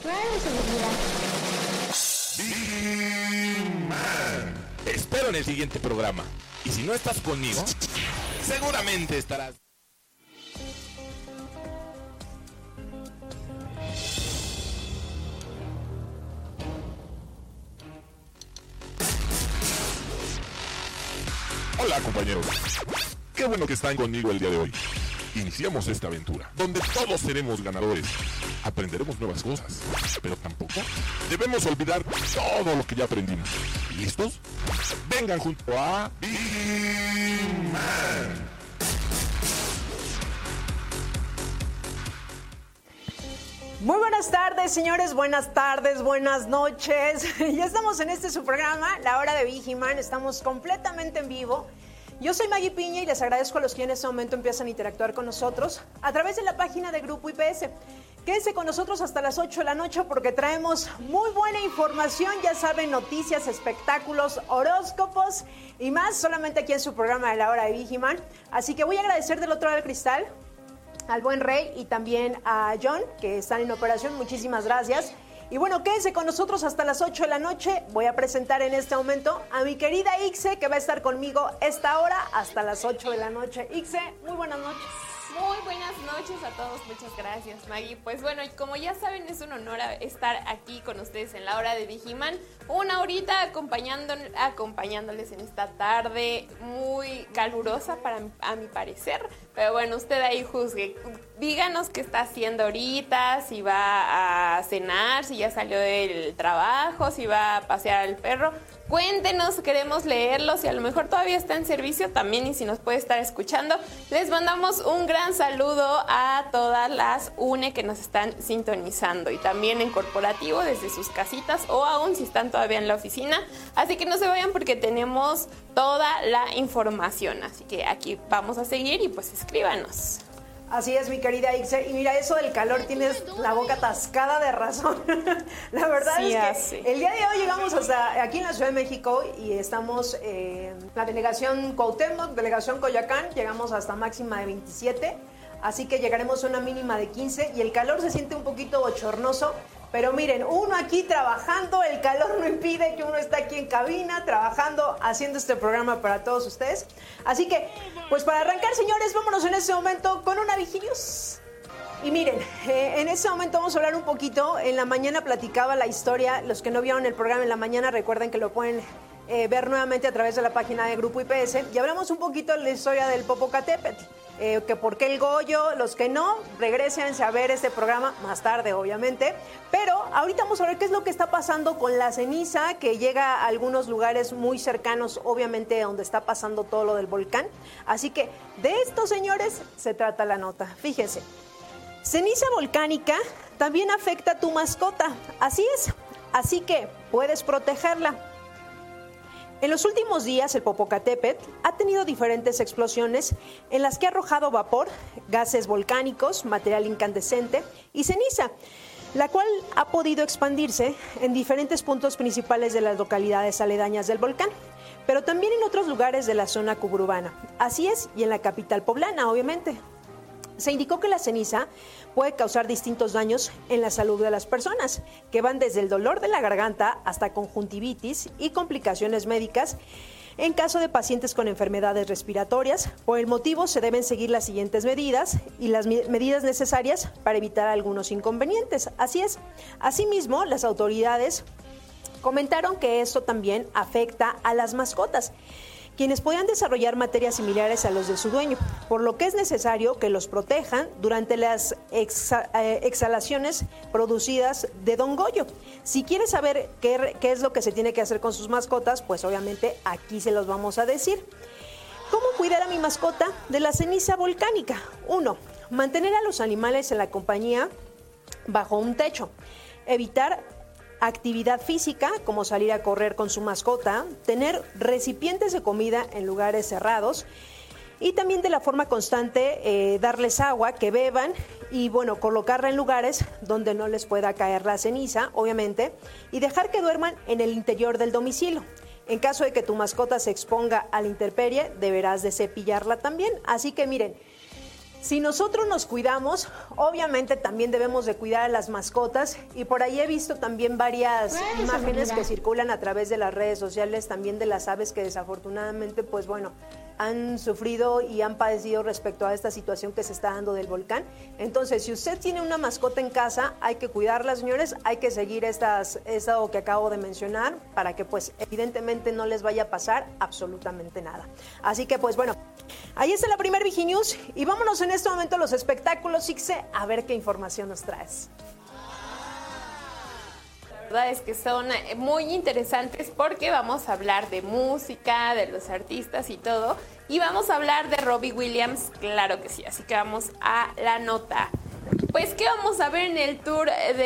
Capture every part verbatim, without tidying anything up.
Claro, seguridad. Te espero en el siguiente programa. Y si no estás conmigo, seguramente estarás. Hola, compañeros. Qué bueno que están conmigo el día de hoy. Iniciamos esta aventura, donde todos seremos ganadores. Aprenderemos nuevas cosas, pero tampoco debemos olvidar todo lo que ya aprendimos. ¿Listos? Vengan junto a Big Man. Muy buenas tardes, señores, buenas tardes, buenas noches. Ya estamos en este su programa, La Hora de Big Man. Estamos completamente en vivo. Yo soy Maggie Piña y les agradezco a los que en este momento empiezan a interactuar con nosotros a través de la página de Grupo I P S. Quédense con nosotros hasta las ocho de la noche porque traemos muy buena información, ya saben, noticias, espectáculos, horóscopos y más, solamente aquí en su programa de La Hora de Big Man. Así que voy a agradecer del otro lado del cristal al buen Rey y también a John, que están en operación. Muchísimas gracias. Y bueno, quédense con nosotros hasta las ocho de la noche. Voy a presentar en este momento a mi querida Ixe, que va a estar conmigo esta hora hasta las ocho de la noche. Ixe, muy buenas noches. Muy buenas noches a todos, muchas gracias, Maggie. Pues bueno, como ya saben, es un honor estar aquí con ustedes en La Hora de Big Man. Una horita acompañando, acompañándoles en esta tarde muy calurosa para a mi parecer. Pero bueno, usted ahí juzgue. Díganos qué está haciendo ahorita, si va a cenar, si ya salió del trabajo, si va a pasear al perro. Cuéntenos, queremos leerlos y a lo mejor todavía está en servicio también y si nos puede estar escuchando. Les mandamos un gran saludo a todas las U N E que nos están sintonizando y también en corporativo desde sus casitas o aún si están todavía en la oficina. Así que no se vayan porque tenemos toda la información. Así que aquí vamos a seguir y pues escríbanos. Así es, mi querida Ixe. Y mira, eso del calor, tienes la boca atascada de razón. La verdad sí, es que así. El día de hoy llegamos hasta aquí en la Ciudad de México y estamos en eh, la delegación Cuauhtémoc, delegación Coyoacán, llegamos hasta máxima de veintisiete, así que llegaremos a una mínima de quince y el calor se siente un poquito bochornoso. Pero miren, uno aquí trabajando, el calor no impide que uno esté aquí en cabina, trabajando, haciendo este programa para todos ustedes. Así que, pues para arrancar, señores, vámonos en este momento con una Vigilius. Y miren, eh, en este momento vamos a hablar un poquito. En la mañana platicaba la historia, los que no vieron el programa en la mañana, recuerden que lo pueden eh, ver nuevamente a través de la página de Grupo I P S. Y hablamos un poquito de la historia del Popocatépetl. Eh, que por qué el Goyo, los que no, regrésense a ver este programa más tarde, obviamente. Pero ahorita vamos a ver qué es lo que está pasando con la ceniza, que llega a algunos lugares muy cercanos, obviamente, donde está pasando todo lo del volcán. Así que de esto, señores, se trata la nota. Fíjense, ceniza volcánica también afecta a tu mascota. Así es, así que puedes protegerla. En los últimos días, el Popocatépetl ha tenido diferentes explosiones en las que ha arrojado vapor, gases volcánicos, material incandescente y ceniza, la cual ha podido expandirse en diferentes puntos principales de las localidades aledañas del volcán, pero también en otros lugares de la zona suburbana. Así es, y en la capital poblana, obviamente. Se indicó que la ceniza puede causar distintos daños en la salud de las personas, que van desde el dolor de la garganta hasta conjuntivitis y complicaciones médicas en caso de pacientes con enfermedades respiratorias. Por el motivo se deben seguir las siguientes medidas y las medidas necesarias para evitar algunos inconvenientes. Así es. Asimismo, las autoridades comentaron que esto también afecta a las mascotas, quienes puedan desarrollar materias similares a los de su dueño, por lo que es necesario que los protejan durante las exa- eh, exhalaciones producidas de Don Goyo. Si quieres saber qué, qué es lo que se tiene que hacer con sus mascotas, pues obviamente aquí se los vamos a decir. ¿Cómo cuidar a mi mascota de la ceniza volcánica? Uno, mantener a los animales en la compañía bajo un techo. Evitar actividad física, como salir a correr con su mascota, tener recipientes de comida en lugares cerrados y también de la forma constante eh, darles agua, que beban y bueno, colocarla en lugares donde no les pueda caer la ceniza, obviamente, y dejar que duerman en el interior del domicilio. En caso de que tu mascota se exponga a la intemperie, deberás de cepillarla también. Así que miren, Si nosotros nos cuidamos, obviamente también debemos de cuidar a las mascotas, y por ahí he visto también varias bueno, imágenes que circulan a través de las redes sociales también de las aves que desafortunadamente pues bueno han sufrido y han padecido respecto a esta situación que se está dando del volcán. Entonces, si usted tiene una mascota en casa, hay que cuidarla, señores, hay que seguir estas, eso que acabo de mencionar para que pues evidentemente no les vaya a pasar absolutamente nada. Así que pues bueno, ahí está la primer Viginews y vámonos en este momento a los espectáculos, Ixe, a ver qué información nos traes. La verdad es que son muy interesantes porque vamos a hablar de música, de los artistas y todo. Y vamos a hablar de Robbie Williams, claro que sí. Así que vamos a la nota. Pues, ¿qué vamos a ver en el tour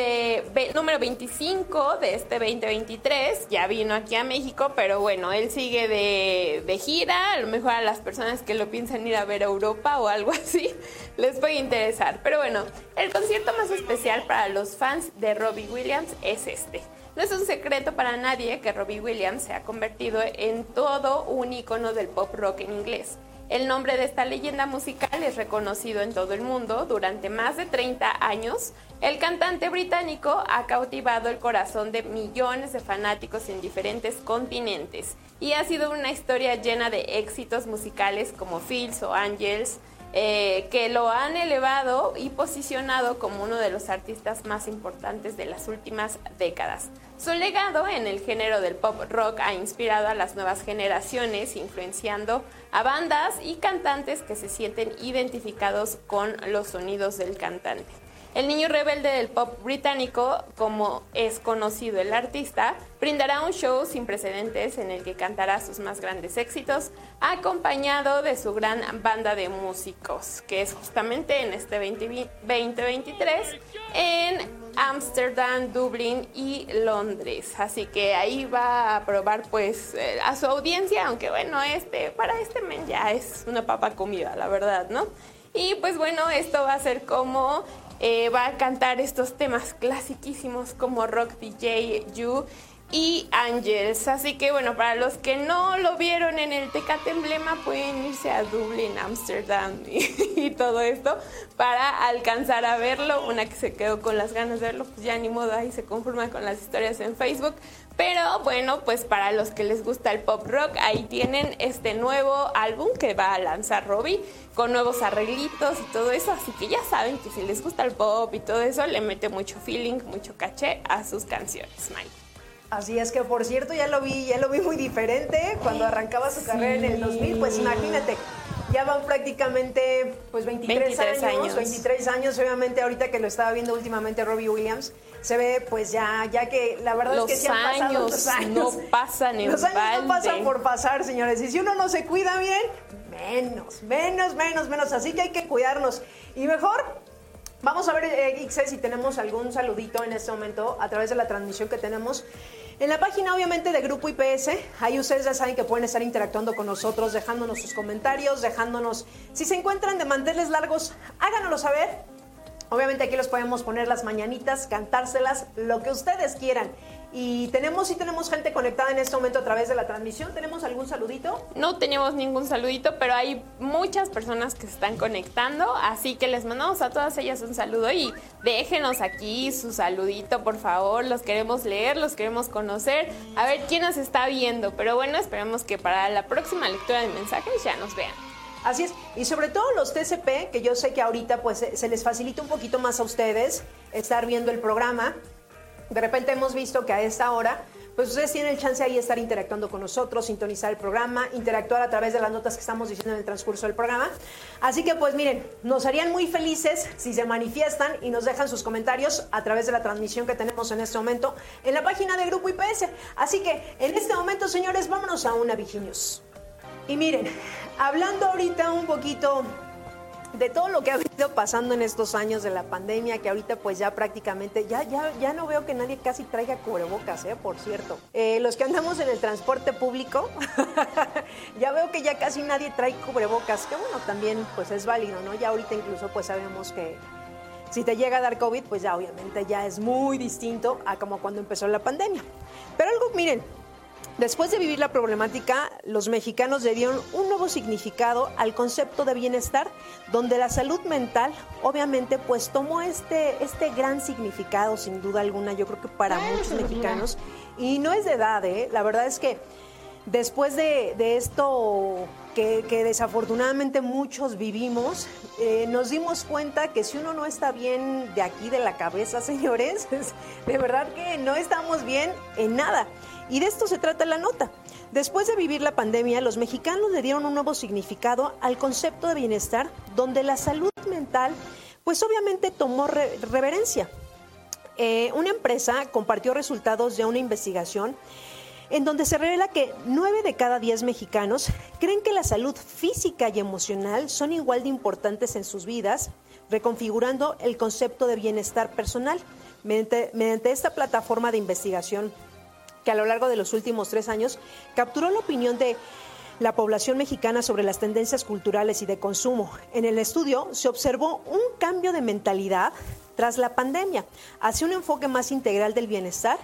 de número veinticinco de este veinte veintitrés? Ya vino aquí a México, pero bueno, él sigue de, de gira. A lo mejor a las personas que lo piensan ir a ver a Europa o algo así, les puede interesar. Pero bueno, el concierto más especial para los fans de Robbie Williams es este. No es un secreto para nadie que Robbie Williams se ha convertido en todo un ícono del pop rock en inglés. El nombre de esta leyenda musical es reconocido en todo el mundo. Durante más de treinta años, el cantante británico ha cautivado el corazón de millones de fanáticos en diferentes continentes y ha sido una historia llena de éxitos musicales como Fields o Angels, eh, que lo han elevado y posicionado como uno de los artistas más importantes de las últimas décadas. Su legado en el género del pop rock ha inspirado a las nuevas generaciones, influenciando a bandas y cantantes que se sienten identificados con los sonidos del cantante. El niño rebelde del pop británico, como es conocido el artista, brindará un show sin precedentes en el que cantará sus más grandes éxitos, acompañado de su gran banda de músicos, que es justamente en este veinte veintitrés en Ámsterdam, Dublín y Londres. Así que ahí va a probar pues eh, a su audiencia, aunque bueno, este para este men ya es una papa comida, la verdad, ¿no? Y pues bueno, esto va a ser como Eh, va a cantar estos temas clasiquísimos como Rock D J, You y Angels. Así que bueno, para los que no lo vieron en el Tecate Emblema, pueden irse a Dublín, Ámsterdam y, y todo esto para alcanzar a verlo. Una que se quedó con las ganas de verlo, pues ya ni modo, ahí se conforma con las historias en Facebook. Pero bueno, pues para los que les gusta el pop rock, ahí tienen este nuevo álbum que va a lanzar Robbie con nuevos arreglitos y todo eso. Así que ya saben que si les gusta el pop y todo eso, le mete mucho feeling, mucho caché a sus canciones, Mike. Así es que, por cierto, ya lo vi, ya lo vi muy diferente cuando arrancaba su sí. carrera en el dos mil. Pues imagínate, ya van prácticamente pues veintitrés, veintitrés años, años, veintitrés años. Obviamente ahorita que lo estaba viendo últimamente Robbie Williams, se ve pues ya, ya que la verdad los es que sí han pasado los años. No pasan en Los años balde. no pasan por pasar, señores. Y si uno no se cuida bien, menos, menos, menos, menos. Así que hay que cuidarnos. Y mejor, vamos a ver, eh, Ixe, si tenemos algún saludito en este momento a través de la transmisión que tenemos en la página, obviamente, de Grupo I P S. Ahí ustedes ya saben que pueden estar interactuando con nosotros, dejándonos sus comentarios, dejándonos, si se encuentran de manteles largos, háganoslo saber. Obviamente aquí los podemos poner las mañanitas, cantárselas, lo que ustedes quieran. Y tenemos, sí tenemos gente conectada en este momento a través de la transmisión. ¿Tenemos algún saludito? No tenemos ningún saludito, pero hay muchas personas que se están conectando, así que les mandamos a todas ellas un saludo y déjenos aquí su saludito, por favor. Los queremos leer, los queremos conocer, a ver quién nos está viendo. Pero bueno, esperemos que para la próxima lectura de mensajes ya nos vean. Así es, y sobre todo los T C P, que yo sé que ahorita pues se les facilita un poquito más a ustedes estar viendo el programa. De repente hemos visto que a esta hora, pues ustedes tienen el chance ahí de estar interactuando con nosotros, sintonizar el programa, interactuar a través de las notas que estamos diciendo en el transcurso del programa. Así que pues miren, nos harían muy felices si se manifiestan y nos dejan sus comentarios a través de la transmisión que tenemos en este momento en la página de Grupo I P S. Así que en este momento, señores, vámonos a una Viginews. Y miren, hablando ahorita un poquito de todo lo que ha venido pasando en estos años de la pandemia, que ahorita pues ya prácticamente, ya, ya, ya no veo que nadie casi traiga cubrebocas, ¿eh? Por cierto. Eh, los que andamos en el transporte público, ya veo que ya casi nadie trae cubrebocas, que bueno, también pues es válido, ¿no? Ya ahorita incluso pues sabemos que si te llega a dar COVID, pues ya obviamente ya es muy distinto a como cuando empezó la pandemia. Pero algo, miren, Después de vivir la problemática, los mexicanos le dieron un nuevo significado al concepto de bienestar, donde la salud mental, obviamente, pues tomó este, este gran significado, sin duda alguna, yo creo que para muchos mexicanos. Y no es de edad, ¿eh? La verdad es que después de, de esto que, que desafortunadamente muchos vivimos, eh, nos dimos cuenta que si uno no está bien de aquí de la cabeza, señores, de verdad que no estamos bien en nada. Y de esto se trata la nota. Después de vivir la pandemia, los mexicanos le dieron un nuevo significado al concepto de bienestar, donde la salud mental, pues obviamente tomó re- reverencia. Eh, una empresa compartió resultados de una investigación en donde se revela que nueve de cada diez mexicanos creen que la salud física y emocional son igual de importantes en sus vidas, reconfigurando el concepto de bienestar personal. Mediante, mediante esta plataforma de investigación, que a lo largo de los últimos tres años capturó la opinión de la población mexicana sobre las tendencias culturales y de consumo. En el estudio se observó un cambio de mentalidad tras la pandemia, hacia un enfoque más integral del bienestar,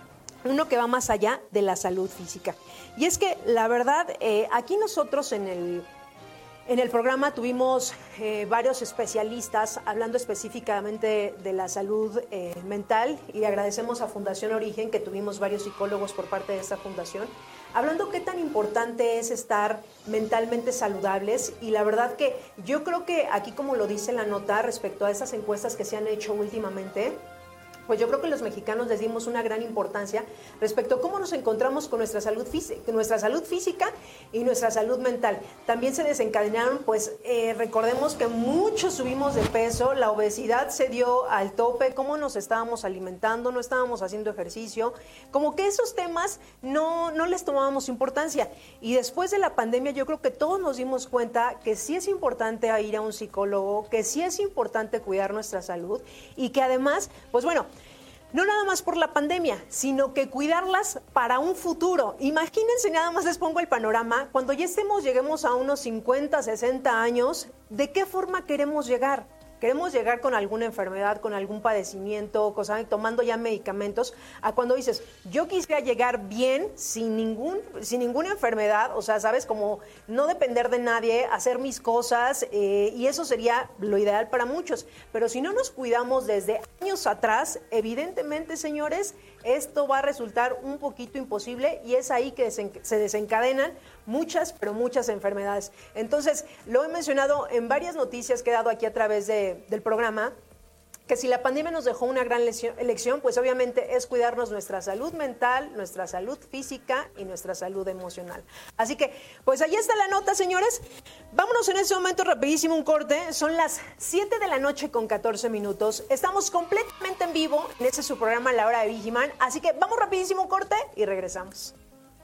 uno que va más allá de la salud física. Y es que, la verdad, eh, aquí nosotros en el... En el programa tuvimos eh, varios especialistas hablando específicamente de la salud eh, mental, y agradecemos a Fundación Origen que tuvimos varios psicólogos por parte de esta fundación, hablando qué tan importante es estar mentalmente saludables. Y la verdad que yo creo que aquí, como lo dice la nota respecto a esas encuestas que se han hecho últimamente, pues yo creo que los mexicanos les dimos una gran importancia respecto a cómo nos encontramos con nuestra salud física, nuestra salud física y nuestra salud mental. También se desencadenaron, pues eh, recordemos que muchos subimos de peso, la obesidad se dio al tope, cómo nos estábamos alimentando, no estábamos haciendo ejercicio, como que esos temas no, no les tomábamos importancia. Y después de la pandemia yo creo que todos nos dimos cuenta que sí es importante ir a un psicólogo, que sí es importante cuidar nuestra salud y que además, pues bueno, no nada más por la pandemia, sino que cuidarlas para un futuro. Imagínense, nada más les pongo el panorama, cuando ya estemos, lleguemos a unos cincuenta, sesenta años, ¿de qué forma queremos llegar? Queremos llegar con alguna enfermedad, con algún padecimiento, cosa, tomando ya medicamentos, a cuando dices, yo quisiera llegar bien, sin ningún, sin ninguna enfermedad, o sea, sabes, como no depender de nadie, hacer mis cosas, eh, y eso sería lo ideal para muchos. Pero si no nos cuidamos desde años atrás, evidentemente, señores, esto va a resultar un poquito imposible, y es ahí que se desencadenan muchas, pero muchas enfermedades. Entonces, lo he mencionado en varias noticias que he dado aquí a través de, del programa, que si la pandemia nos dejó una gran lección, pues obviamente es cuidarnos nuestra salud mental, nuestra salud física y nuestra salud emocional. Así que, pues ahí está la nota, señores. Vámonos en este momento rapidísimo un corte. Son las siete de la noche con catorce minutos. Estamos completamente en vivo en este su programa La Hora de Vigiman. Así que vamos rapidísimo un corte y regresamos.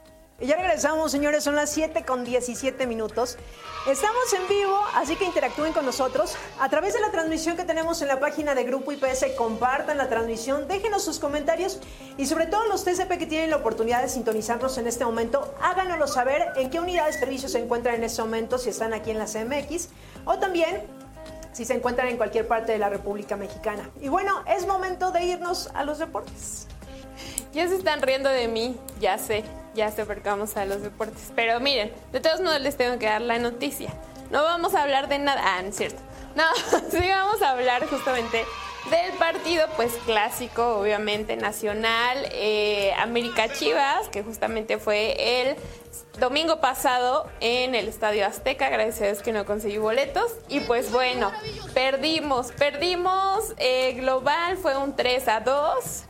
Y ya regresamos, señores, son las siete con diecisiete minutos. Estamos en vivo, así que interactúen con nosotros a través de la transmisión que tenemos en la página de Grupo I P S. Compartan la transmisión, déjenos sus comentarios y sobre todo los T C P que tienen la oportunidad de sintonizarnos en este momento, háganoslo saber en qué unidades de servicio se encuentran en este momento, si están aquí en la C M X o también si se encuentran en cualquier parte de la República Mexicana. Y bueno, es momento de irnos a los deportes. Ya se están riendo de mí, ya sé, ya sé por qué vamos a los deportes. Pero miren, de todos modos les tengo que dar la noticia. No vamos a hablar de nada, ah, no es cierto. No, sí vamos a hablar justamente del partido, pues clásico, obviamente, nacional, eh, América Chivas, que justamente fue el domingo pasado en el Estadio Azteca. Gracias a Dios que no conseguí boletos. Y pues bueno, perdimos, perdimos, eh, global fue un tres a dos.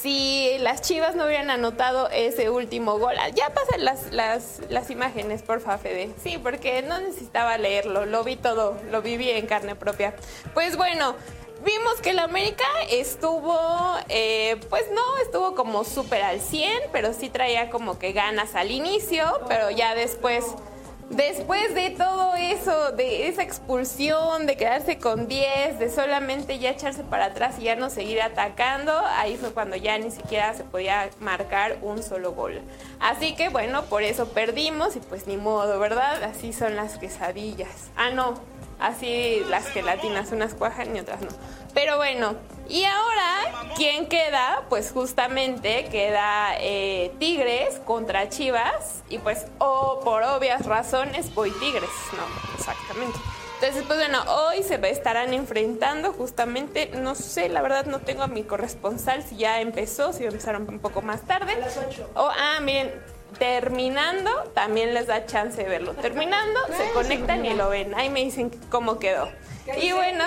Si las Chivas no hubieran anotado ese último gol, ya pasan las, las, las imágenes, porfa, Fede. Sí, porque no necesitaba leerlo, lo vi todo, lo viví en carne propia. Pues bueno, vimos que el América estuvo, eh, pues no, estuvo como súper al cien, pero sí traía como que ganas al inicio, pero ya después... Después de todo eso, de esa expulsión, de quedarse con diez, de solamente ya echarse para atrás y ya no seguir atacando, ahí fue cuando ya ni siquiera se podía marcar un solo gol. Así que bueno, por eso perdimos y pues ni modo, ¿verdad? Así son las quesadillas. Ah, no, Así las gelatinas, unas cuajan y otras no. Pero bueno, y ahora, ¿quién queda? Pues justamente queda eh, Tigres contra Chivas. Y pues, oh, por obvias razones, voy Tigres, ¿no? Exactamente. Entonces, pues bueno, hoy se estarán enfrentando justamente, no sé, la verdad no tengo a mi corresponsal si ya empezó, si empezaron un poco más tarde. A las ocho. Oh, ah, miren, terminando, también les da chance de verlo. Terminando, se conectan y lo ven. Ahí me dicen cómo quedó. Y bueno...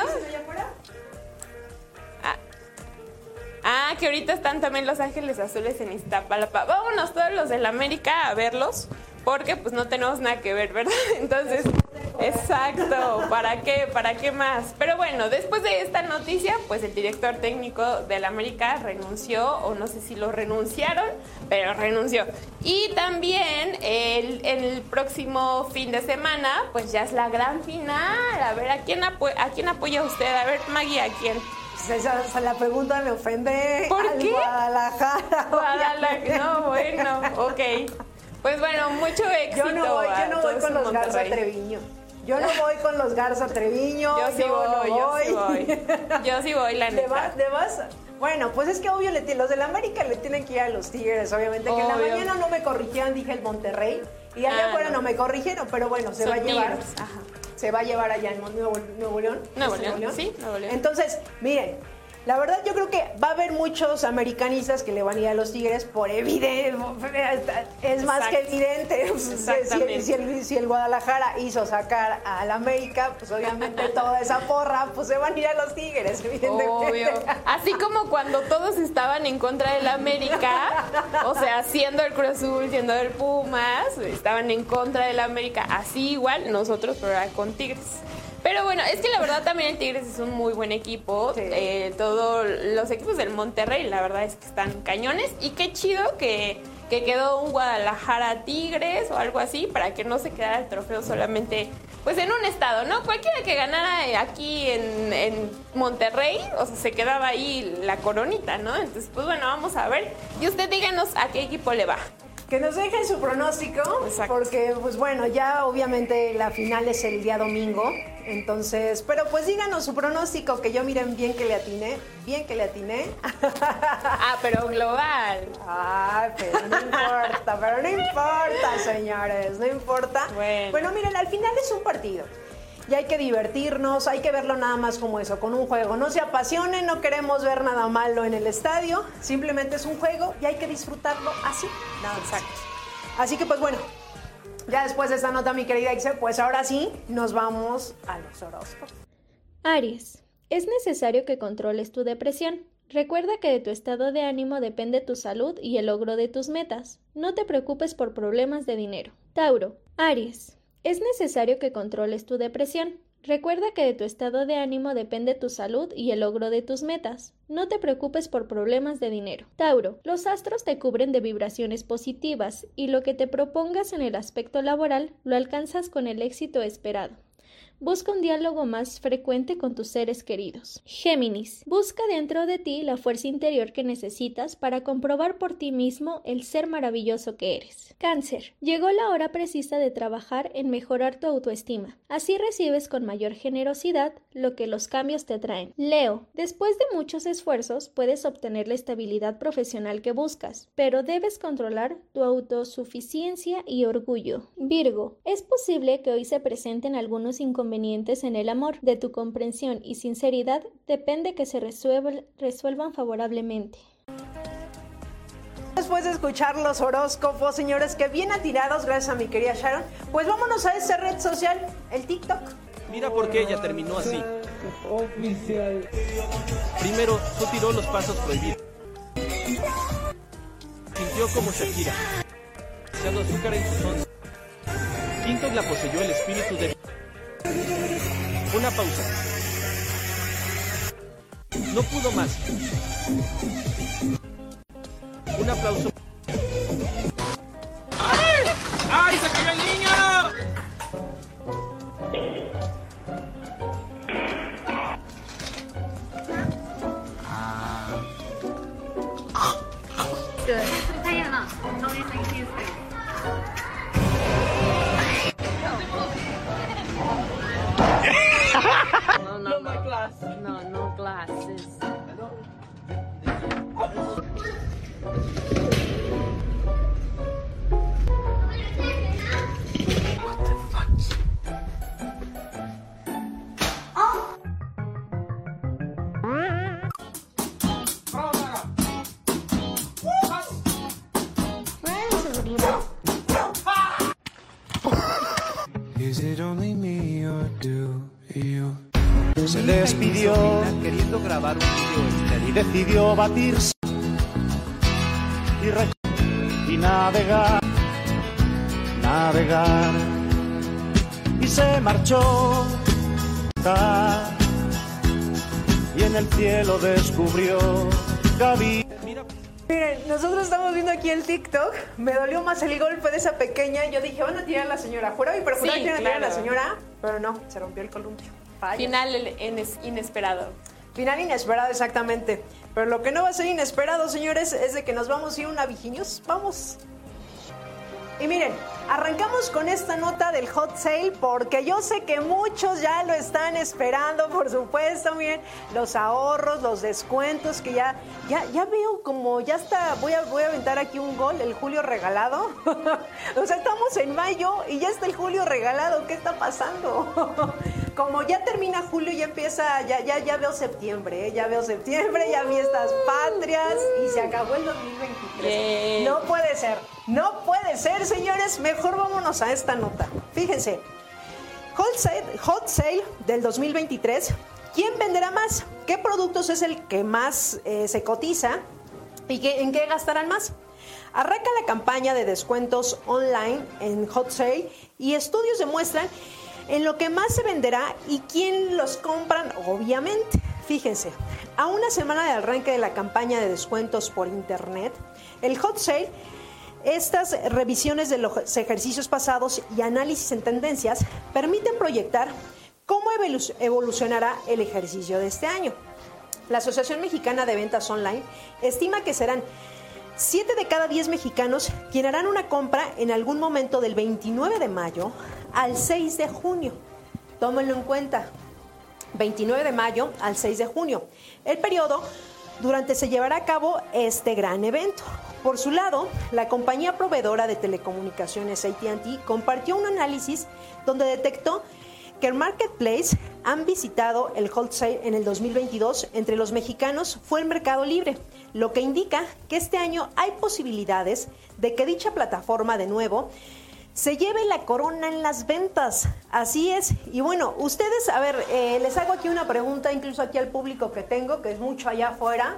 Ah, ah, que ahorita están también Los Ángeles Azules en Iztapalapa. Vámonos todos los del América a verlos, porque pues no tenemos nada que ver, ¿verdad? Entonces... Exacto, ¿para qué? ¿Para qué más? Pero bueno, después de esta noticia, pues el director técnico del América renunció, o no sé si lo renunciaron, pero renunció. Y también el, el próximo fin de semana, pues ya es la gran final. A ver, ¿a quién, apo- a quién apoya usted? A ver, Maggie, ¿a quién? Esa, esa la pregunta me ofende. ¿Por al qué? Guadalajara. Guadalajara, no, bueno, ok. Pues bueno, mucho éxito. Yo no voy, yo no voy con los Monterrey. Garza Treviño. Yo no voy con los Garza Treviño. Yo sí yo voy, no yo voy. sí voy. Yo sí voy, la ¿De neta. vas, de vas? Bueno, pues es que obvio, le, los del América le tienen que ir a los Tigres, obviamente. Que en la Obvio. mañana no me corrigieron, dije el Monterrey. Y allá Ah, afuera no. no me corrigieron, pero bueno, se Son va a llevar. Tigres, ajá. Se va a llevar allá en Nuevo, Nuevo León. Nuevo ¿Es León, sí, Nuevo León. Entonces, miren, la verdad yo creo que va a haber muchos americanistas que le van a ir a los Tigres por evidente, es más Exacto. que evidente. Si, Exactamente. si el, si el Guadalajara hizo sacar al América, pues obviamente toda esa porra, pues se van a ir a los Tigres, evidentemente. Obvio. Así como cuando todos estaban en contra del América, o sea, siendo el Cruz Azul, siendo el Pumas, estaban en contra del América, así igual nosotros, pero ahora con Tigres. Pero bueno, es que la verdad también el Tigres es un muy buen equipo. Sí. Eh, todos los equipos del Monterrey, la verdad es que están cañones. Y qué chido que, que quedó un Guadalajara Tigres o algo así, para que no se quedara el trofeo solamente pues en un estado, ¿no? Cualquiera que ganara aquí en, en Monterrey, o sea, se quedaba ahí la coronita, ¿no? Entonces, pues bueno, vamos a ver. Y usted díganos a qué equipo le va. Que nos dejen su pronóstico, Exacto. porque pues bueno, ya obviamente la final es el día domingo, entonces, pero pues díganos su pronóstico, que yo miren bien que le atiné, bien que le atiné. Ah, pero global. Ay, pero no importa, pero no importa, señores, no importa. Bueno. Bueno, miren, al final es un partido. Y hay que divertirnos, hay que verlo nada más como eso, con un juego. No se apasionen, no queremos ver nada malo en el estadio, simplemente es un juego y hay que disfrutarlo así, nada más. Exacto. Así que pues bueno, ya después de esta nota, mi querida Ixe, pues ahora sí, nos vamos a los horóscopos. Aries, es necesario que controles tu depresión. Recuerda que de tu estado de ánimo depende tu salud y el logro de tus metas. No te preocupes por problemas de dinero. Tauro, Aries, es necesario que controles tu depresión. Recuerda que de tu estado de ánimo depende tu salud y el logro de tus metas. No te preocupes por problemas de dinero. Tauro, los astros te cubren de vibraciones positivas y lo que te propongas en el aspecto laboral lo alcanzas con el éxito esperado. Busca un diálogo más frecuente con tus seres queridos. Géminis, busca dentro de ti la fuerza interior que necesitas para comprobar por ti mismo el ser maravilloso que eres. Cáncer, llegó la hora precisa de trabajar en mejorar tu autoestima. Así recibes con mayor generosidad lo que los cambios te traen. Leo, después de muchos esfuerzos puedes obtener la estabilidad profesional que buscas, pero debes controlar tu autosuficiencia y orgullo. Virgo, es posible que hoy se presenten algunos inconvenientes en el amor. De tu comprensión y sinceridad depende que se resuelvan, resuelvan favorablemente. Después de escuchar los horóscopos, señores, que bien atirados, gracias a mi querida Sharon, pues vámonos a esa red social, el TikTok. Mira por qué ella terminó así. Oficial. Primero, tú tiró los pasos prohibidos. Sintió como Shakira, echando azúcar en sus once. Quinto, la poseyó el espíritu de... Una pausa. No pudo más. Un aplauso. ¡Ay! ¡Ay, se cayó el niño! glasses. No, no glasses. Se despidió queriendo grabar un video y decidió batirse y, re- y navegar, navegar y se marchó y en el cielo descubrió que había. Miren, nosotros estamos viendo aquí el TikTok. Me dolió más el golpe de esa pequeña. Yo dije, van a tirar a la señora. Juraba y perjuraba Sí, que iban a tirar a la claro. señora, pero no, se rompió el columpio. Fallas. Final ines- inesperado. Final inesperado, exactamente. Pero lo que no va a ser inesperado, señores, es de que nos vamos a ir a una Viginews. Vamos. Y miren, arrancamos con esta nota del hot sale porque yo sé que muchos ya lo están esperando, por supuesto. Miren, los ahorros, los descuentos que ya, ya, ya veo como ya está. Voy a, voy a aventar aquí un gol, el Julio regalado. O sea, estamos en mayo y ya está el Julio regalado. ¿Qué está pasando? Como ya termina julio, ya empieza, ya, ya, ya veo septiembre, ¿eh? ya veo septiembre, ya fiestas patrias y se acabó el dos mil veintitrés. Yeah. No puede ser, no puede ser, señores. Mejor vámonos a esta nota. Fíjense, Hot Sale, Hot Sale del dos mil veintitrés. ¿Quién venderá más? ¿Qué productos es el que más eh, se cotiza y qué, en qué gastarán más? Arranca la campaña de descuentos online en Hot Sale y estudios demuestran en lo que más se venderá y quién los compran, obviamente. Fíjense, a una semana del arranque de la campaña de descuentos por internet, el Hot Sale, estas revisiones de los ejercicios pasados y análisis en tendencias permiten proyectar cómo evolu- evolucionará el ejercicio de este año. La Asociación Mexicana de Ventas Online estima que serán siete de cada diez mexicanos quienes harán una compra en algún momento del veintinueve de mayo al seis de junio. Tómenlo en cuenta. veintinueve de mayo al seis de junio. El periodo durante se llevará a cabo este gran evento. Por su lado, la compañía proveedora de telecomunicaciones A T and T compartió un análisis donde detectó que el marketplace han visitado el Hot Sale en el dos mil veintidós entre los mexicanos fue el Mercado Libre, lo que indica que este año hay posibilidades de que dicha plataforma de nuevo se lleve la corona en las ventas. Así es. Y bueno, ustedes, a ver, eh, les hago aquí una pregunta, incluso aquí al público que tengo, que es mucho allá afuera.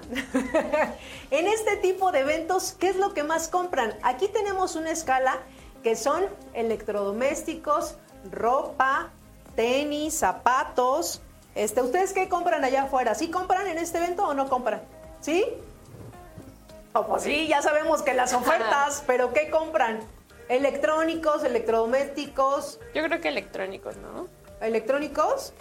En este tipo de eventos, ¿qué es lo que más compran? Aquí tenemos una escala que son electrodomésticos, ropa, tenis, zapatos. Este, ¿ustedes qué compran allá afuera? ¿Sí compran en este evento o no compran? ¿Sí? Oh, pues sí, ya sabemos que las ofertas, pero ¿qué compran? Electrónicos, electrodomésticos. Yo creo que electrónicos, ¿no? ¿Electrónicos?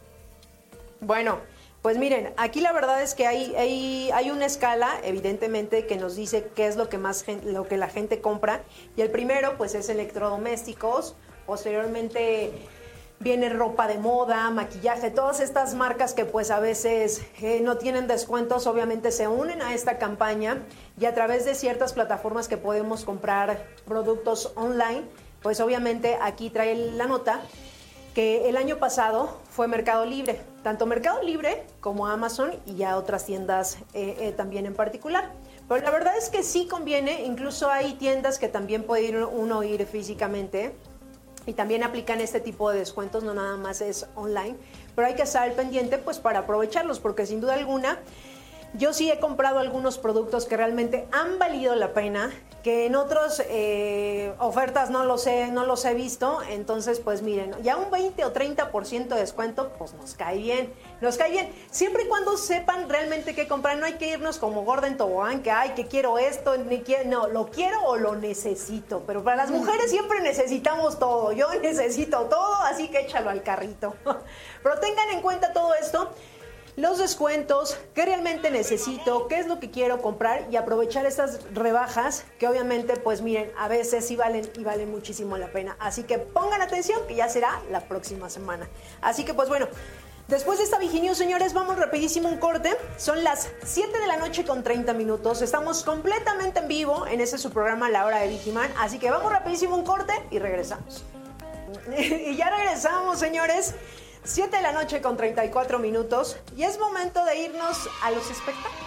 Bueno, pues miren, aquí la verdad es que hay, hay, hay una escala, evidentemente, que nos dice qué es lo que más gen- lo que la gente compra. Y el primero, pues, es electrodomésticos. Posteriormente viene ropa de moda, maquillaje, todas estas marcas que pues a veces eh, no tienen descuentos, obviamente se unen a esta campaña y a través de ciertas plataformas que podemos comprar productos online, pues obviamente aquí trae la nota que el año pasado fue Mercado Libre, tanto Mercado Libre como Amazon y ya otras tiendas eh, eh, también en particular. Pero la verdad es que sí conviene, incluso hay tiendas que también puede ir uno ir físicamente y también aplican este tipo de descuentos, no nada más es online, pero hay que estar al pendiente pues para aprovecharlos, porque sin duda alguna yo sí he comprado algunos productos que realmente han valido la pena, que en otras eh, ofertas no los, he, no los he visto, entonces pues miren, ya un veinte o treinta por ciento de descuento pues nos cae bien, nos cae bien, siempre y cuando sepan realmente qué comprar, no hay que irnos como gorda en tobogán, que ay, que quiero esto, ni quiero, no, lo quiero o lo necesito, pero para las mujeres siempre necesitamos todo, yo necesito todo, así que échalo al carrito, pero tengan en cuenta todo esto, los descuentos, qué realmente necesito, qué es lo que quiero comprar y aprovechar estas rebajas que obviamente pues miren, a veces sí valen y valen muchísimo la pena. Así que pongan atención que ya será la próxima semana. Así que pues bueno, Después de esta Viginews, señores, vamos rapidísimo un corte. Son las siete de la noche con treinta minutos. Estamos completamente en vivo en ese su programa La Hora de Vigiman. Así que vamos rapidísimo un corte y regresamos. Y ya regresamos, señores. siete de la noche con treinta y cuatro minutos. Y es momento de irnos a los espectáculos.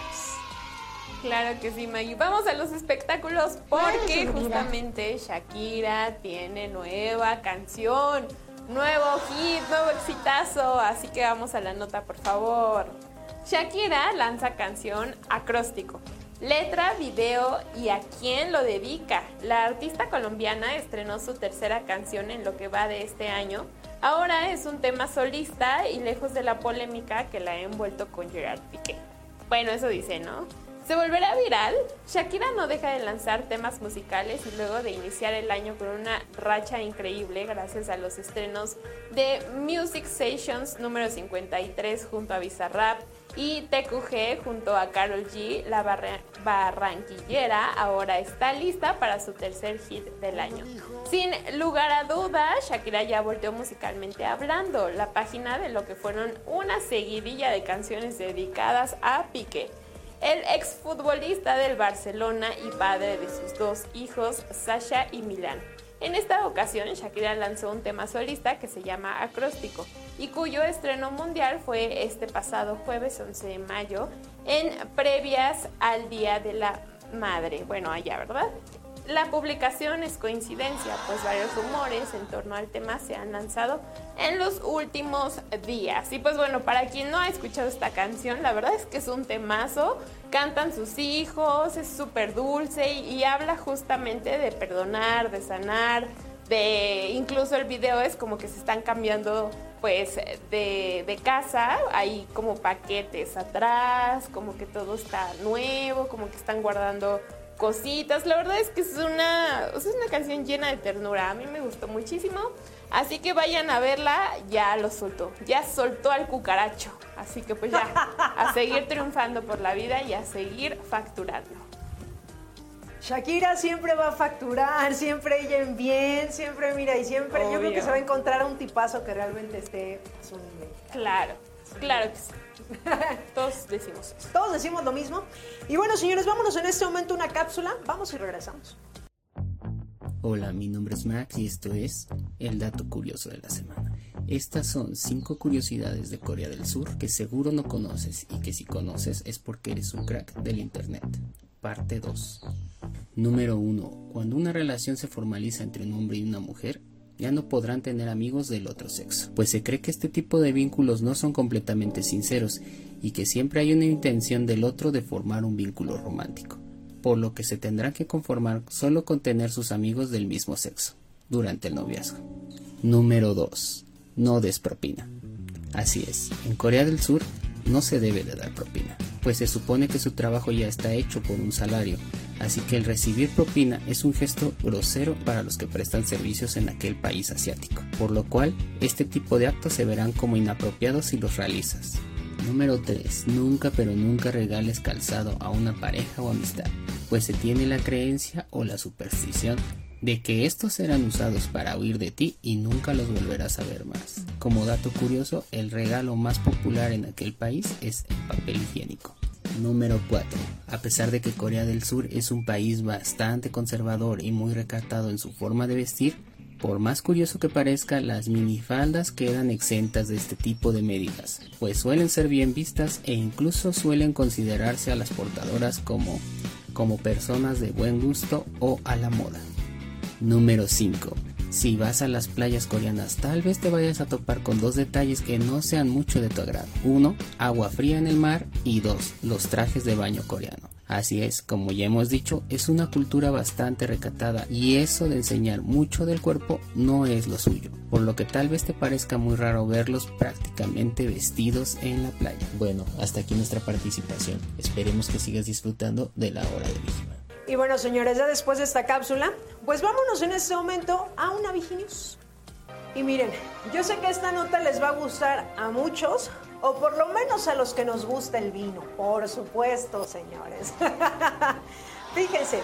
Claro que sí, Maggie. Vamos a los espectáculos porque justamente Shakira tiene nueva canción. Nuevo hit, nuevo exitazo, así que vamos a la nota, por favor. Shakira lanza canción Acróstico. Letra, video y a quién lo dedica. La artista colombiana estrenó su tercera canción en lo que va de este año. Ahora es un tema solista y lejos de la polémica que la ha envuelto con Gerard Piqué. Bueno, eso dice, ¿no? ¿Se volverá viral? Shakira no deja de lanzar temas musicales y luego de iniciar el año con una racha increíble gracias a los estrenos de Music Sessions número cincuenta y tres junto a Bizarrap y T Q G junto a Karol G, la barra- barranquillera ahora está lista para su tercer hit del año. Sin lugar a dudas, Shakira ya volteó musicalmente hablando la página de lo que fueron una seguidilla de canciones dedicadas a Piqué. El exfutbolista del Barcelona y padre de sus dos hijos, Sasha y Milán. En esta ocasión, Shakira lanzó un tema solista que se llama Acróstico y cuyo estreno mundial fue este pasado jueves once de mayo en previas al Día de la Madre. Bueno, allá, ¿verdad? La publicación es coincidencia, pues varios rumores en torno al tema se han lanzado en los últimos días. Y pues bueno, para quien no ha escuchado esta canción, la verdad es que es un temazo. Cantan sus hijos, es súper dulce y, y habla justamente de perdonar, de sanar, de incluso el video es como que se están cambiando pues de, de casa, hay como paquetes atrás, como que todo está nuevo, como que están guardando cositas. La verdad es que es una, es una canción llena de ternura. A mí me gustó muchísimo. Así que vayan a verla. Ya lo soltó. Ya soltó al cucaracho. Así que pues ya, a seguir triunfando por la vida y a seguir facturando. Shakira siempre va a facturar, siempre ella en bien, siempre, mira, y siempre Obvio. Yo creo que se va a encontrar a un tipazo que realmente esté a su nivel. Claro, claro que sí. Todos decimos eso. Todos decimos lo mismo. Y bueno, señores, vámonos en este momento a una cápsula. Vamos y regresamos. Hola, mi nombre es Max y esto es el dato curioso de la semana. Estas son cinco curiosidades de Corea del Sur que seguro no conoces y que si conoces es porque eres un crack del internet. Parte dos. Número uno. Cuando una relación se formaliza entre un hombre y una mujer, ya no podrán tener amigos del otro sexo, pues se cree que este tipo de vínculos no son completamente sinceros y que siempre hay una intención del otro de formar un vínculo romántico, por lo que se tendrán que conformar solo con tener sus amigos del mismo sexo durante el noviazgo. Número dos. No des propina. Así es, en Corea del Sur no se debe de dar propina, pues se supone que su trabajo ya está hecho por un salario, así que el recibir propina es un gesto grosero para los que prestan servicios en aquel país asiático, por lo cual este tipo de actos se verán como inapropiados si los realizas. Número tres. Nunca pero nunca regales calzado a una pareja o amistad, pues se tiene la creencia o la superstición de que estos serán usados para huir de ti y nunca los volverás a ver más. Como dato curioso, el regalo más popular en aquel país es el papel higiénico. Número cuatro. A pesar de que Corea del Sur es un país bastante conservador y muy recatado en su forma de vestir, por más curioso que parezca, las minifaldas quedan exentas de este tipo de medidas, pues suelen ser bien vistas e incluso suelen considerarse a las portadoras como, como personas de buen gusto o a la moda. Número cinco. Si vas a las playas coreanas, tal vez te vayas a topar con dos detalles que no sean mucho de tu agrado. Uno, agua fría en el mar y dos, los trajes de baño coreano. Así es, como ya hemos dicho, es una cultura bastante recatada y eso de enseñar mucho del cuerpo no es lo suyo, por lo que tal vez te parezca muy raro verlos prácticamente vestidos en la playa. Bueno, hasta aquí nuestra participación. Esperemos que sigas disfrutando de la hora de Vigiman. Y bueno, señores, ya después de esta cápsula, pues vámonos en este momento a una Viginews. Y miren, yo sé que esta nota les va a gustar a muchos, o por lo menos a los que nos gusta el vino, por supuesto, señores. Fíjense,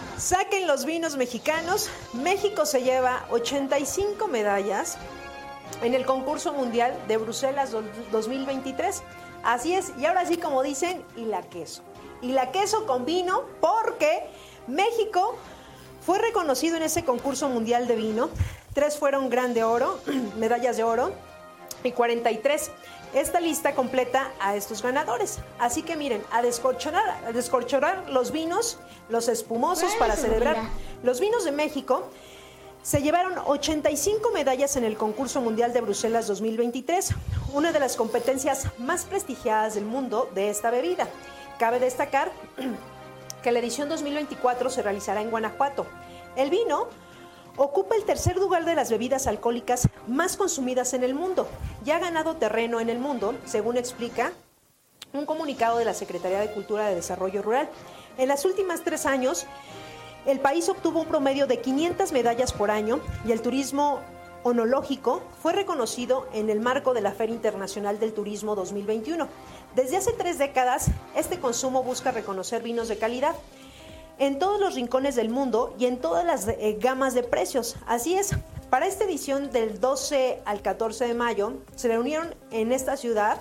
saquen los vinos mexicanos. México se lleva ochenta y cinco medallas en el concurso mundial de Bruselas dos mil veintitrés. Así es, y ahora sí, como dicen, y la queso. Y la queso con vino, porque México fue reconocido en ese concurso mundial de vino. Tres fueron gran de oro, medallas de oro, y cuarenta y tres. Esta lista completa a estos ganadores. Así que miren, a descorchonar, a descorchonar los vinos, los espumosos para celebrar. Los vinos de México se llevaron ochenta y cinco medallas en el concurso mundial de Bruselas dos mil veintitrés, una de las competencias más prestigiadas del mundo de esta bebida. Cabe destacar que la edición dos mil veinticuatro se realizará en Guanajuato. El vino ocupa el tercer lugar de las bebidas alcohólicas más consumidas en el mundo. Ya ha ganado terreno en el mundo, según explica un comunicado de la Secretaría de Cultura de Desarrollo Rural. En los últimos tres años, el país obtuvo un promedio de quinientas medallas por año y el turismo onológico fue reconocido en el marco de la Feria Internacional del Turismo dos mil veintiuno. Desde hace tres décadas, este consumo busca reconocer vinos de calidad en todos los rincones del mundo y en todas las eh, gamas de precios. Así es, para esta edición del doce al catorce de mayo se reunieron en esta ciudad,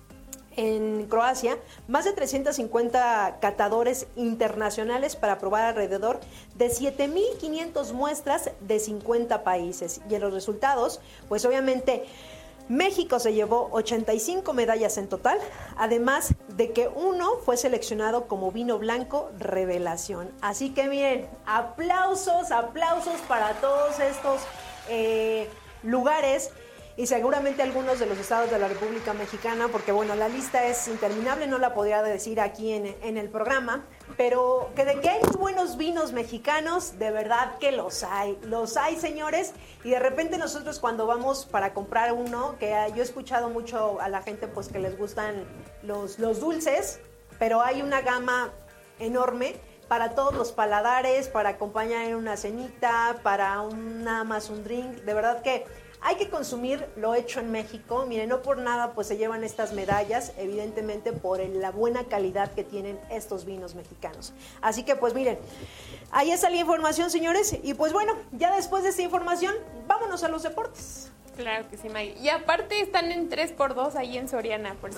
en Croacia, más de trescientos cincuenta catadores internacionales para probar alrededor de siete mil quinientas muestras de cincuenta países. Y en los resultados, pues obviamente México se llevó ochenta y cinco medallas en total, además de que uno fue seleccionado como vino blanco revelación. Así que miren, aplausos, aplausos para todos estos eh, lugares y seguramente algunos de los estados de la República Mexicana, porque bueno, la lista es interminable, no la podría decir aquí en, en el programa, pero que de que hay muy buenos vinos mexicanos, de verdad que los hay, los hay, señores, y de repente nosotros cuando vamos para comprar uno, que yo he escuchado mucho a la gente pues que les gustan los, los dulces, pero hay una gama enorme para todos los paladares, para acompañar en una cenita, para un, nada más un drink, de verdad que hay que consumir lo hecho en México. Miren, no por nada pues se llevan estas medallas, evidentemente por el, la buena calidad que tienen estos vinos mexicanos. Así que pues miren, ahí está la información, señores. Y pues bueno, ya después de esta información, vámonos a los deportes. Claro que sí, Maggie. Y aparte están en tres por dos ahí en Soriana, por si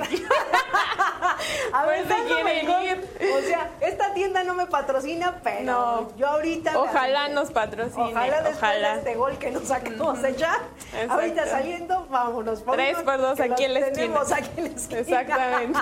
a ver, si quieren ir. O sea, esta tienda no me patrocina, pero no. Yo ahorita... Ojalá nos patrocine. Ojalá después ojalá. de este gol que nos acabamos de echar. Exacto. Ahorita saliendo, vámonos. Tres por dos aquí en la esquina. Tenemos aquí en la esquina. Exactamente.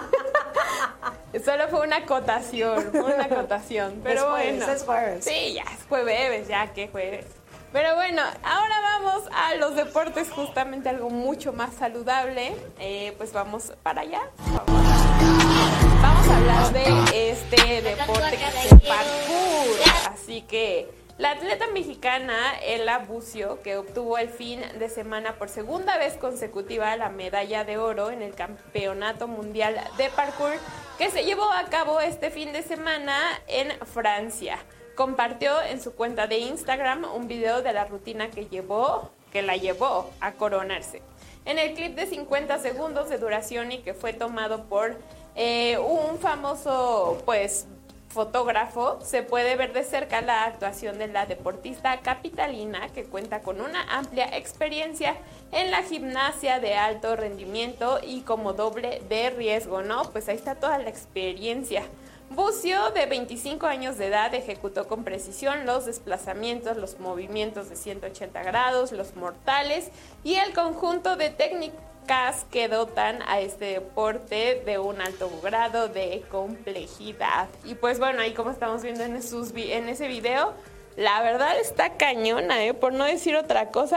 Solo fue una acotación, fue una acotación. Pero es bueno. Jueves, es jueves. Sí, ya es jueves, ya que jueves. Pero bueno, ahora vamos a los deportes, justamente algo mucho más saludable. Eh, pues vamos para allá. Vamos. vamos a hablar de este deporte que es el parkour. Así que la atleta mexicana Ela Bucio, que obtuvo el fin de semana por segunda vez consecutiva la medalla de oro en el Campeonato Mundial de Parkour, que se llevó a cabo este fin de semana en Francia. Compartió en su cuenta de Instagram un video de la rutina que llevó, que la llevó a coronarse. En el clip de cincuenta segundos de duración y que fue tomado por eh, un famoso pues fotógrafo, se puede ver de cerca la actuación de la deportista capitalina, que cuenta con una amplia experiencia en la gimnasia de alto rendimiento y como doble de riesgo, ¿no? Pues ahí está toda la experiencia. Bucio, de veinticinco años de edad, ejecutó con precisión los desplazamientos, los movimientos de ciento ochenta grados, los mortales y el conjunto de técnicas que dotan a este deporte de un alto grado de complejidad. Y pues bueno, ahí como estamos viendo en, sus, en ese video, la verdad está cañona, ¿eh? Por no decir otra cosa,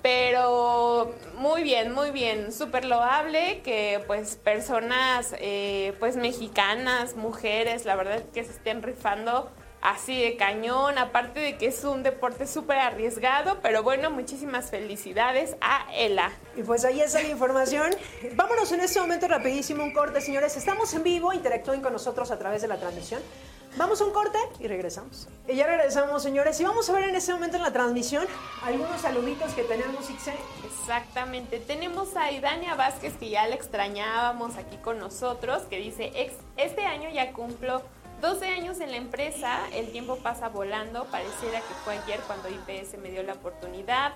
pero muy bien, muy bien, súper loable que pues personas eh, pues mexicanas, mujeres, la verdad que se estén rifando así de cañón, aparte de que es un deporte súper arriesgado, pero bueno, muchísimas felicidades a Ela. Y pues ahí está la información. Vámonos en este momento rapidísimo, un corte, señores. Estamos en vivo, interactúen con nosotros a través de la transmisión. Vamos a un corte y regresamos. Y ya regresamos, señores. Y vamos a ver en este momento en la transmisión algunos saluditos que tenemos, Ixe. Exactamente. Tenemos a Idania Vázquez, que ya la extrañábamos aquí con nosotros, que dice, este año ya cumplo doce años en la empresa, el tiempo pasa volando, pareciera que fue ayer cuando I P S me dio la oportunidad.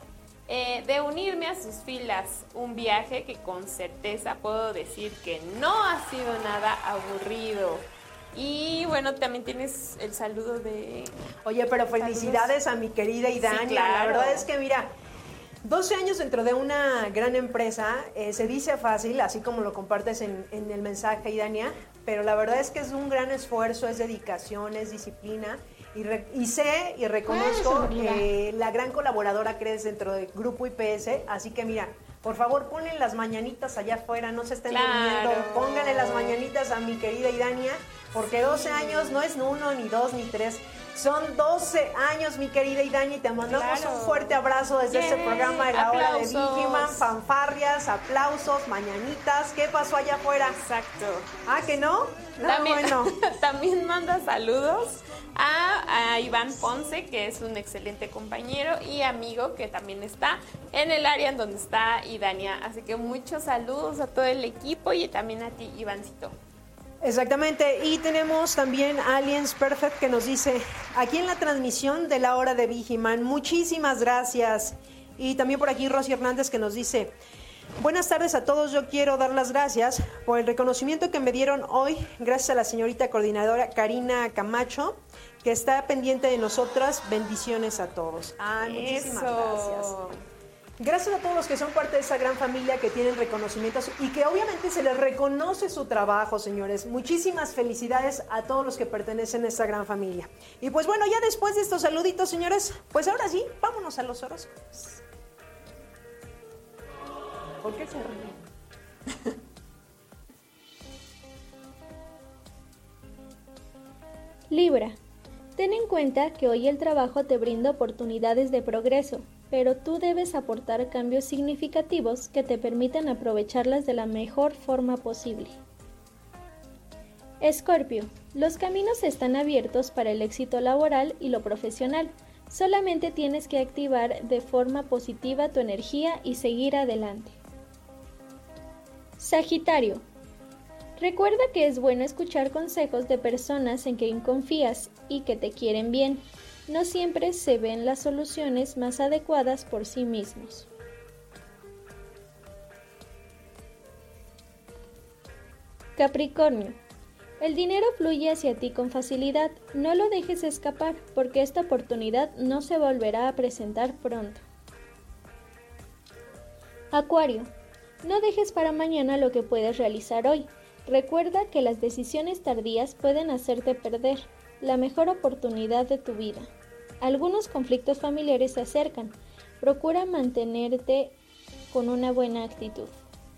eh, de unirme a sus filas. Un viaje que con certeza puedo decir que no ha sido nada aburrido. Y bueno, también tienes el saludo de... Oye, pero felicidades Saludos. a mi querida Idania. Sí, claro. La verdad es que, mira, doce años dentro de una gran empresa, eh, se dice fácil, así como lo compartes en, en el mensaje, Idania, pero la verdad es que es un gran esfuerzo, es dedicación, es disciplina. Y, re, y sé y reconozco eh, la gran colaboradora que eres dentro del Grupo I P S, así que mira, por favor, ponle las mañanitas allá afuera, no se estén claro. durmiendo, pónganle las mañanitas a mi querida Idania, porque doce años no es uno, ni dos, ni tres, son doce años, mi querida Idania, y te mandamos claro. un fuerte abrazo desde Yay. este programa de la Aplausos. hora de Vigiman, fanfarrias, aplausos, mañanitas. ¿Qué pasó allá afuera? Exacto. ¿Ah, que no? No, también, bueno. también manda saludos a, a Iván Ponce, que es un excelente compañero y amigo que también está en el área en donde está Idania. Así que muchos saludos a todo el equipo y también a ti, Ivancito. Exactamente, y tenemos también Aliens Perfect que nos dice, aquí en la transmisión de la hora de Vigiman, muchísimas gracias. Y también por aquí Rosy Hernández que nos dice, buenas tardes a todos, yo quiero dar las gracias por el reconocimiento que me dieron hoy, gracias a la señorita coordinadora Karina Camacho, que está pendiente de nosotras, bendiciones a todos. Ah, muchísimas Eso. gracias. Gracias a todos los que son parte de esa gran familia que tienen reconocimientos y que obviamente se les reconoce su trabajo, señores. Muchísimas felicidades a todos los que pertenecen a esta gran familia. Y pues bueno, ya después de estos saluditos, señores, pues ahora sí, vámonos a los horóscopos. ¿Por qué se ríen? Libra. Ten en cuenta que hoy el trabajo te brinda oportunidades de progreso, pero tú debes aportar cambios significativos que te permitan aprovecharlas de la mejor forma posible. Escorpio, los caminos están abiertos para el éxito laboral y lo profesional. Solamente tienes que activar de forma positiva tu energía y seguir adelante. Sagitario, recuerda que es bueno escuchar consejos de personas en quien confías y que te quieren bien. No siempre se ven las soluciones más adecuadas por sí mismos. Capricornio, el dinero fluye hacia ti con facilidad. No lo dejes escapar porque esta oportunidad no se volverá a presentar pronto. Acuario, no dejes para mañana lo que puedes realizar hoy. Recuerda que las decisiones tardías pueden hacerte perder la mejor oportunidad de tu vida. Algunos conflictos familiares se acercan. Procura mantenerte con una buena actitud.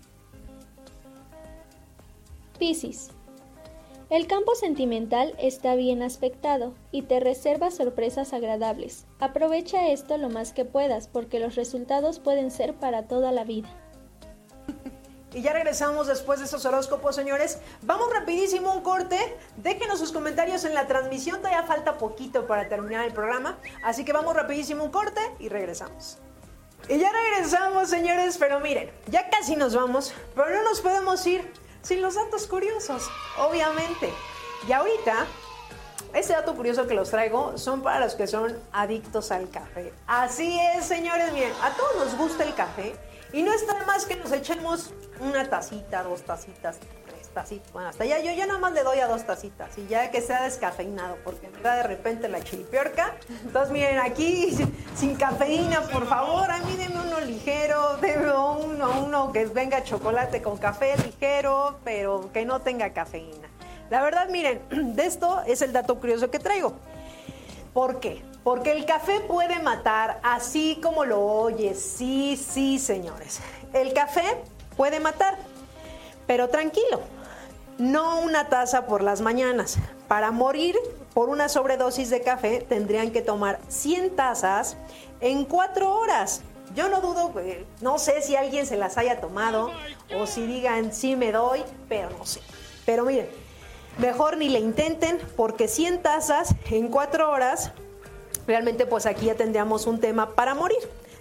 Piscis, el campo sentimental está bien aspectado y te reserva sorpresas agradables. Aprovecha esto lo más que puedas porque los resultados pueden ser para toda la vida. Y ya regresamos después de estos horóscopos, señores. Vamos rapidísimo a un corte. Déjenos sus comentarios en la transmisión. Todavía falta poquito para terminar el programa. Así que vamos rapidísimo a un corte y regresamos. Y ya regresamos, señores. Pero miren, ya casi nos vamos. Pero no nos podemos ir sin los datos curiosos, obviamente. Y ahorita, este dato curioso que los traigo son para los que son adictos al café. Así es, señores. Miren, a todos nos gusta el café. Y no está más que nos echemos una tacita, dos tacitas, tres tacitas. Bueno, hasta ya yo ya nada más le doy a dos tacitas y ya que sea descafeinado, porque me da de repente la chiripiorca. Entonces, miren, aquí sin cafeína, por favor. A mí denme uno ligero, denme uno, uno que venga chocolate con café ligero, pero que no tenga cafeína. La verdad, miren, de esto es el dato curioso que traigo. ¿Por qué? Porque el café puede matar, así como lo oyes. Sí, sí, señores. El café puede matar, pero tranquilo, no una taza por las mañanas. Para morir por una sobredosis de café tendrían que tomar cien tazas en cuatro horas. Yo no dudo, no sé si alguien se las haya tomado o si digan sí me doy, pero no sé. Pero miren, mejor ni le intenten porque cien tazas en cuatro horas... Realmente pues aquí ya tendríamos un tema para morir.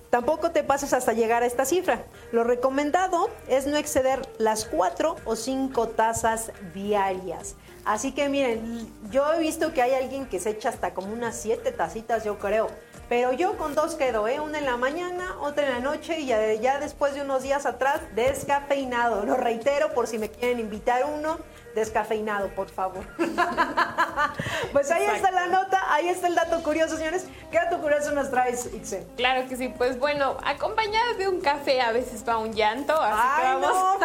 Tampoco te pases hasta llegar a esta cifra. Lo recomendado es no exceder las cuatro o cinco tazas diarias. Así que miren, yo he visto que hay alguien que se echa hasta como unas siete tacitas, yo creo. Pero yo con dos quedo, ¿eh? Una en la mañana, otra en la noche y ya, ya después de unos días atrás, descafeinado. Lo reitero por si me quieren invitar uno, descafeinado, por favor. Pues ahí está la nota, ahí está el dato curioso, señores. ¿Qué dato curioso nos traes, Itzel? Claro que sí, pues bueno, acompañado de un café a veces va un llanto, así Ay, que vamos no.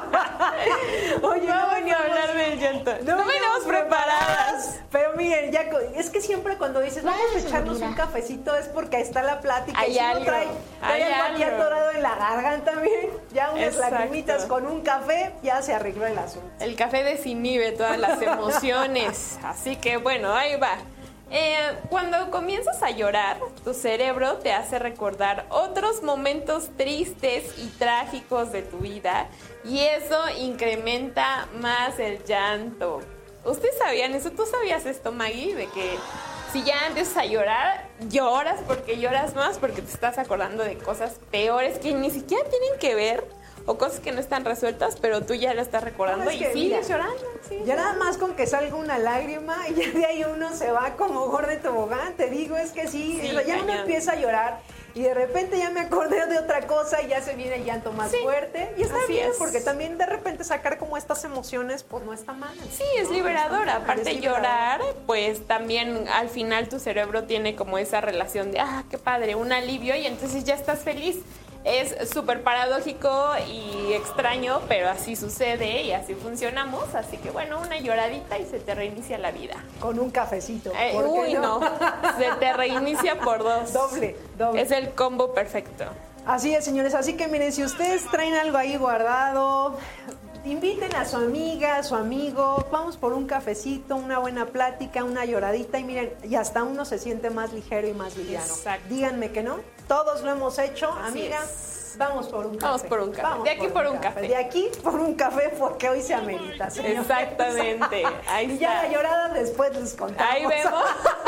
a... Oye, no venía a hablar del llanto. No, no venimos preparadas. Pero miren, ya es que siempre cuando dices vamos a echarnos un cafecito es porque está la plática. Hay y si algo, no trae, trae hay algo aquí algo. atorado en la garganta, miren, ya unas Exacto. lagrimitas con un café, ya se arregló el asunto. El café desinhibe todas las emociones, así que bueno, ahí va. Eh, cuando comienzas a llorar, tu cerebro te hace recordar otros momentos tristes y trágicos de tu vida y eso incrementa más el llanto. ¿Ustedes sabían eso? ¿Tú sabías esto, Maggie? De que si ya empiezas a llorar, lloras porque lloras más porque te estás acordando de cosas peores que ni siquiera tienen que ver o cosas que no están resueltas, pero tú ya la estás recordando No, es y que, sigues mira, llorando. Sí, ya nada más con que salga una lágrima y ya de ahí uno se va como gordo de tobogán, te digo, es que sí, Sí, ya cañón. uno empieza a llorar y de repente ya me acordé de otra cosa y ya se viene el llanto más Sí, fuerte y está así bien, es. porque también de repente sacar como estas emociones pues no está mal. Sí, es No, liberador. no está mal, Aparte es llorar, liberador. pues también al final tu cerebro tiene como esa relación de, ah, qué padre, un alivio y entonces ya estás feliz. Es súper paradójico y extraño, pero así sucede y así funcionamos. Así que bueno, una lloradita y se te reinicia la vida. Con un cafecito. Eh, ¿por qué uy, no? Se te reinicia por dos. Doble, doble. Es el combo perfecto. Así es, señores. Así que miren, si ustedes traen algo ahí guardado, inviten a su amiga, a su amigo, vamos por un cafecito, una buena plática, una lloradita y miren, y hasta uno se siente más ligero y más liviano. Exacto. Díganme que no. Todos lo hemos hecho, Así amiga. es. Vamos por un café. Vamos por un café. De aquí por un café. De aquí por un café porque hoy se amerita, señores. Exactamente. Ahí Y ya está. la llorada después les contamos. Ahí vemos.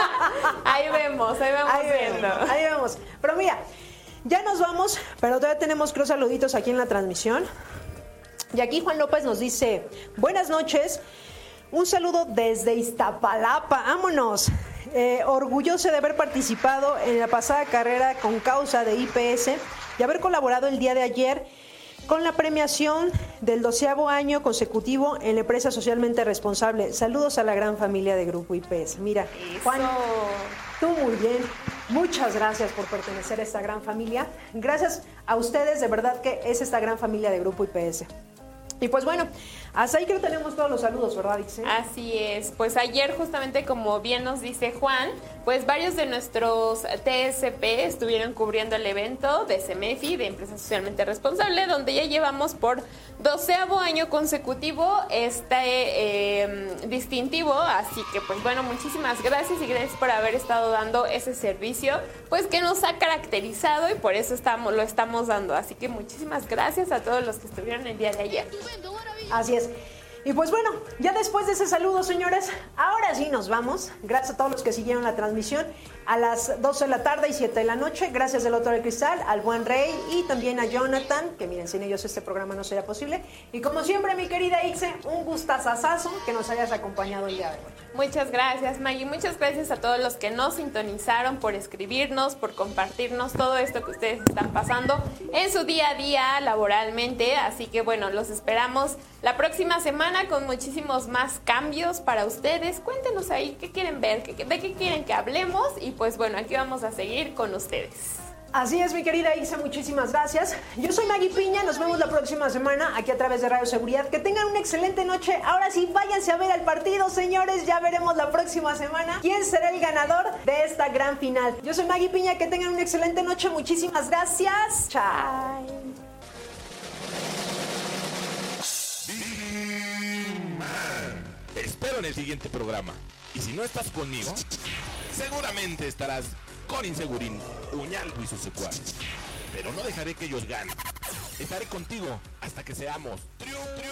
Ahí vemos, ahí vamos Ahí viendo. vemos, ahí vemos. Pero mira, ya nos vamos, pero todavía tenemos cruz saluditos aquí en la transmisión. Y aquí Juan López nos dice, buenas noches, un saludo desde Iztapalapa, vámonos. Eh, orgulloso de haber participado en la pasada carrera con causa de I P S y haber colaborado el día de ayer con la premiación del doceavo año consecutivo en la empresa socialmente responsable. Saludos a la gran familia de Grupo I P S. Mira, Juan, tú muy bien. Muchas gracias por pertenecer a esta gran familia. Gracias a ustedes, de verdad que es esta gran familia de Grupo I P S. Y pues bueno, hasta ahí creo que tenemos todos los saludos, ¿verdad, Ixel? Así es, pues ayer justamente como bien nos dice Juan, pues varios de nuestros T S P estuvieron cubriendo el evento de CEMEFI, de Empresa Socialmente Responsable, donde ya llevamos por doceavo año consecutivo este eh, distintivo, así que pues bueno, muchísimas gracias y gracias por haber estado dando ese servicio, pues que nos ha caracterizado y por eso estamos, lo estamos dando, así que muchísimas gracias a todos los que estuvieron el día de ayer. Así es. Y pues bueno, ya después de ese saludo, señores, ahora sí nos vamos. Gracias a todos los que siguieron la transmisión a las doce de la tarde y siete de la noche. Gracias del otro de cristal, al buen Rey y también a Jonathan, que miren, sin ellos este programa no sería posible. Y como siempre, mi querida Ixe, un gustazazazo que nos hayas acompañado el día de hoy. Muchas gracias, Maggie. Muchas gracias a todos los que nos sintonizaron por escribirnos, por compartirnos todo esto que ustedes están pasando en su día a día laboralmente. Así que bueno, los esperamos la próxima semana con muchísimos más cambios para ustedes. Cuéntenos ahí qué quieren ver, qué, de qué quieren que hablemos y pues bueno, aquí vamos a seguir con ustedes. Así es, mi querida Ixa, muchísimas gracias. Yo soy Maggie Piña, nos vemos la próxima semana aquí a través de Radio Seguridad. Que tengan una excelente noche. Ahora sí, váyanse a ver al partido, señores. Ya veremos la próxima semana quién será el ganador de esta gran final. Yo soy Maggie Piña, que tengan una excelente noche. Muchísimas gracias. Chao. Te espero en el siguiente programa. Y si no estás conmigo, seguramente estarás con Insegurín, Uñaldo y sus secuaces. Pero no dejaré que ellos ganen. Estaré contigo hasta que seamos triunfadores.